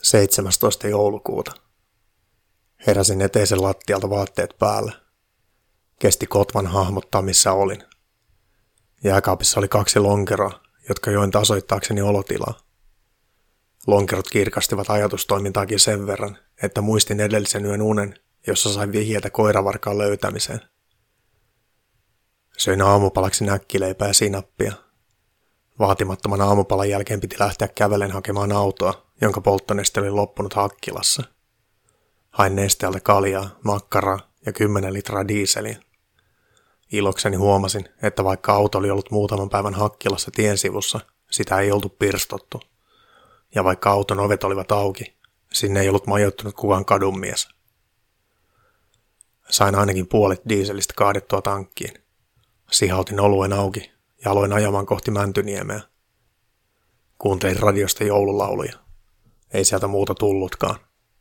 17. joulukuuta. Heräsin eteisen lattialta vaatteet päällä. Kesti kotvan hahmottaa, missä olin. Jääkaapissa oli 2 lonkeroa, jotka join tasoittaakseni olotilaa. Lonkerot kirkastivat ajatustoimintaakin sen verran, että muistin edellisen yön unen, jossa sain vihjeitä koiravarkaan löytämiseen. Söin aamupalaksi näkkileipää ja sinappia. Vaatimattoman aamupalan jälkeen piti lähteä kävellen hakemaan autoa, jonka polttoneste oli loppunut Hakkilassa. Hain nesteeltä kaljaa, makkaraa ja 10 litraa diiseliä. Ilokseni huomasin, että vaikka auto oli ollut muutaman päivän Hakkilassa tiensivussa, sitä ei oltu pirstottu. Ja vaikka auton ovet olivat auki, sinne ei ollut majoittunut kukaan kadunmies. Sain ainakin puolet diiselistä kaadettua tankkiin. Sihautin oluen auki ja aloin ajamaan kohti Mäntyniemeä. Kuuntelin radiosta joululauluja. Ei sieltä muuta tullutkaan.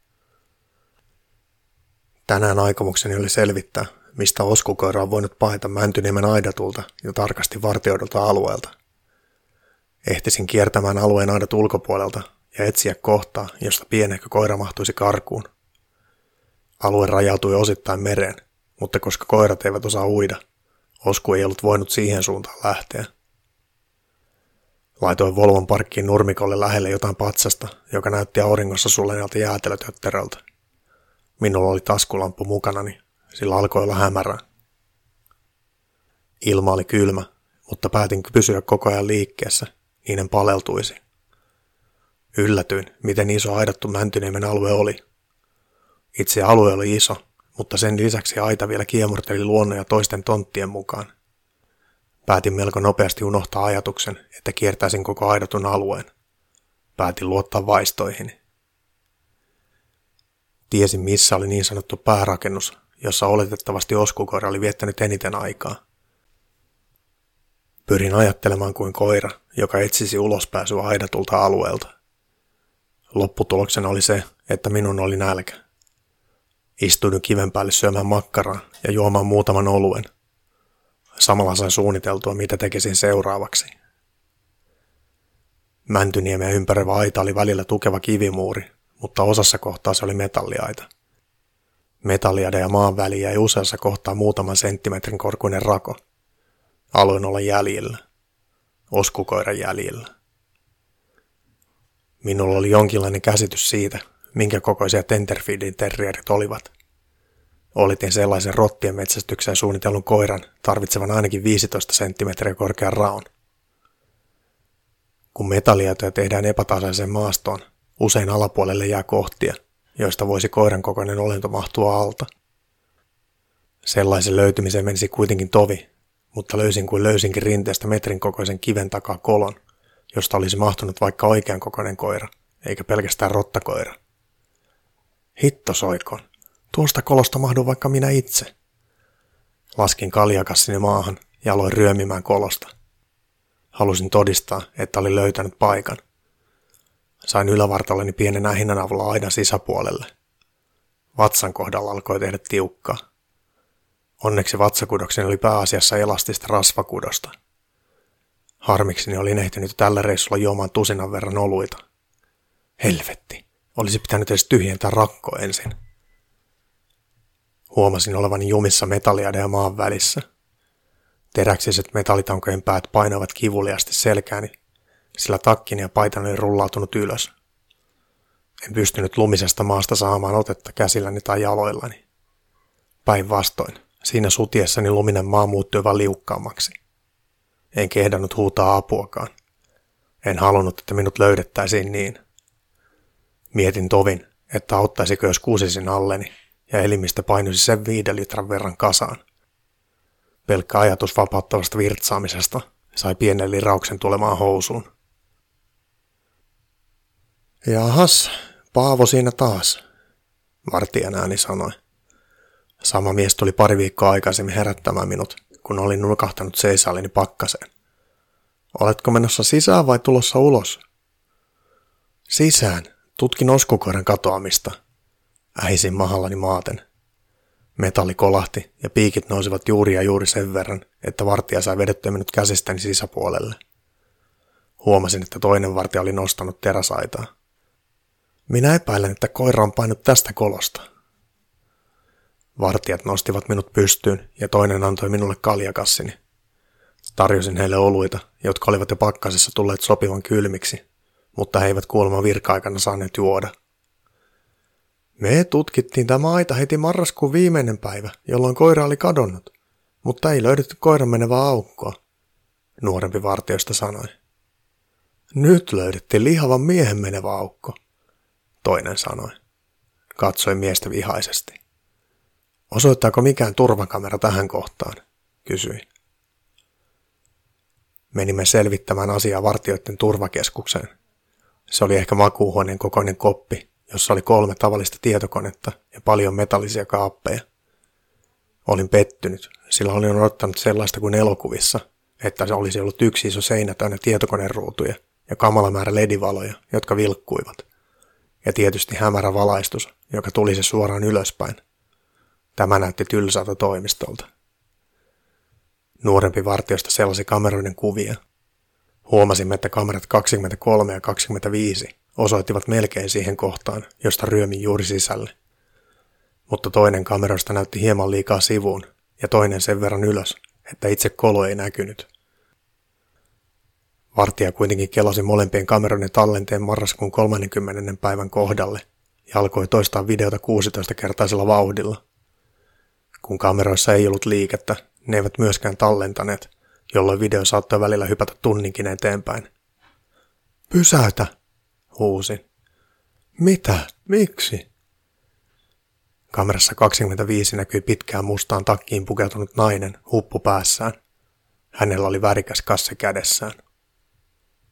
Tänään aikomukseni oli selvittää, mistä oskukoira on voinut paeta Mäntyniemen aidatulta ja tarkasti vartioidulta alueelta. Ehtisin kiertämään alueen aidat ulkopuolelta ja etsiä kohtaa, josta pienehkö koira mahtuisi karkuun. Alue rajautui osittain mereen, mutta koska koirat eivät osaa uida, osku ei ollut voinut siihen suuntaan lähteä. Laitoin Volvon parkkiin nurmikolle lähelle jotain patsasta, joka näytti auringossa sulaneelta jäätelötötteröltä. Minulla oli taskulamppu mukanani, sillä alkoi olla hämärää. Ilma oli kylmä, mutta päätin pysyä koko ajan liikkeessä, niin en paleltuisi. Yllätyin, miten iso aidattu Mäntyniemen alue oli. Itse alue oli iso, mutta sen lisäksi aita vielä kiemurteli luonnon ja toisten tonttien mukaan. Päätin melko nopeasti unohtaa ajatuksen, että kiertäisin koko aidatun alueen. Päätin luottaa vaistoihini. Tiesin, missä oli niin sanottu päärakennus, jossa oletettavasti oskukoira oli viettänyt eniten aikaa. Pyrin ajattelemaan kuin koira, joka etsisi ulospääsyä aidatulta alueelta. Lopputuloksena oli se, että minun oli nälkä. Istuin kiven päälle syömään makkaraa ja juomaan muutaman oluen. Samalla sain suunniteltua, mitä tekisin seuraavaksi. Mäntyniemeä ympäröivä aita oli välillä tukeva kivimuuri, mutta osassa kohtaa se oli metalliaita. Metalliaiden ja maan väliin jäi useassa kohtaa muutaman senttimetrin korkuinen rako. Aloin olla jäljillä. Oskukoiran jäljillä. Minulla oli jonkinlainen käsitys siitä, minkä kokoisia Tenterfielin terrierit olivat. Oletin sellaisen rottien metsästykseen suunnitellun koiran tarvitsevan ainakin 15 senttimetriä korkean raon. Kun metalliaitoja tehdään epätasaiseen maastoon, usein alapuolelle jää kohtia, joista voisi koiran kokoinen olento mahtua alta. Sellaisen löytymiseen menisi kuitenkin tovi, mutta löysin kuin löysinkin rinteestä metrin kokoisen kiven takaa kolon, josta olisi mahtunut vaikka oikean kokoinen koira, eikä pelkästään rottakoira. Hitto soikoon, tuosta kolosta mahdun vaikka minä itse. Laskin kaljakassini maahan ja aloin ryömimään kolosta. Halusin todistaa, että olin löytänyt paikan. Sain ylävartaloni pienen ähinän avulla aidan sisäpuolelle. Vatsan kohdalla alkoi tehdä tiukkaa. Onneksi vatsakudokseni oli pääasiassa elastista rasvakudosta. Harmikseni olin ehtinyt tällä reissulla juomaan tusinan verran oluita. Helvetti, olisi pitänyt edes tyhjentää rakko ensin. Huomasin olevani jumissa metalliaiden ja maan välissä. Teräksiset metallitankojen päät painoivat kivuliasti selkääni, sillä takkini ja paitani oli rullautunut ylös. En pystynyt lumisesta maasta saamaan otetta käsilläni tai jaloillani. Päinvastoin, siinä sutiessani luminen maa muuttui vain liukkaammaksi. En kehdannut huutaa apuakaan. En halunnut, että minut löydettäisiin niin. Mietin tovin, että auttaisiko jos kuusisin alleni ja elimistä painuisi sen 5 litran verran kasaan. Pelkkä ajatus vapauttavasta virtsaamisesta sai pienen lirauksen tulemaan housuun. Jahas, Paavo siinä taas, vartijan ääni sanoi. Sama mies tuli 2 viikkoa aikaisemmin herättämään minut, kun olin nukahtanut seisaaleni pakkaseen. Oletko menossa sisään vai tulossa ulos? Sisään, tutkin oskukoiran katoamista, ähisin mahallani maaten. Metalli kolahti ja piikit nousivat juuri ja juuri sen verran, että vartija sai vedettyä minut käsistäni sisäpuolelle. Huomasin, että toinen vartija oli nostanut teräsaitaa. Minä epäilen, että koira on painut tästä kolosta. Vartijat nostivat minut pystyyn ja toinen antoi minulle kaljakassini. Tarjosin heille oluita, jotka olivat jo pakkasessa tulleet sopivan kylmiksi, mutta he eivät kuulemma virka-aikana saaneet juoda. Me tutkittiin tämä aita heti marraskuun viimeinen päivä, jolloin koira oli kadonnut, mutta ei löydetty koiran menevää aukkoa, nuorempi vartijoista sanoi. Nyt löydettiin lihavan miehen menevä aukko, toinen sanoi. Katsoi miestä vihaisesti. Osoittaako mikään turvakamera tähän kohtaan, kysyin. Menimme selvittämään asiaa vartijoiden turvakeskukseen. Se oli ehkä makuuhuoneen kokoinen koppi, jossa oli 3 tavallista tietokonetta ja paljon metallisia kaappeja. Olin pettynyt, sillä olin odottanut sellaista kuin elokuvissa, että se olisi ollut yksi iso seinä täynnä tietokoneruutuja ja kamala määrä ledivaloja, jotka vilkkuivat. Ja tietysti hämärä valaistus, joka tuli se suoraan ylöspäin. Tämä näytti tylsältä toimistolta. Nuorempi vartijoista selasi kameroiden kuvia. Huomasimme, että kamerat 23 ja 25 osoittivat melkein siihen kohtaan, josta ryömin juuri sisälle. Mutta toinen kameroista näytti hieman liikaa sivuun ja toinen sen verran ylös, että itse kolo ei näkynyt. Vartija kuitenkin kelasi molempien kameroiden tallenteen marraskuun 30. päivän kohdalle ja alkoi toistaa videota 16-kertaisella vauhdilla. Kun kameroissa ei ollut liikettä, ne eivät myöskään tallentaneet, jolloin video saattoi välillä hypätä tunninkin eteenpäin. Pysäytä, huusin. Mitä? Miksi? Kamerassa 25 näkyi pitkään mustaan takkiin pukeutunut nainen huppu päässään. Hänellä oli värikäs kasse kädessään.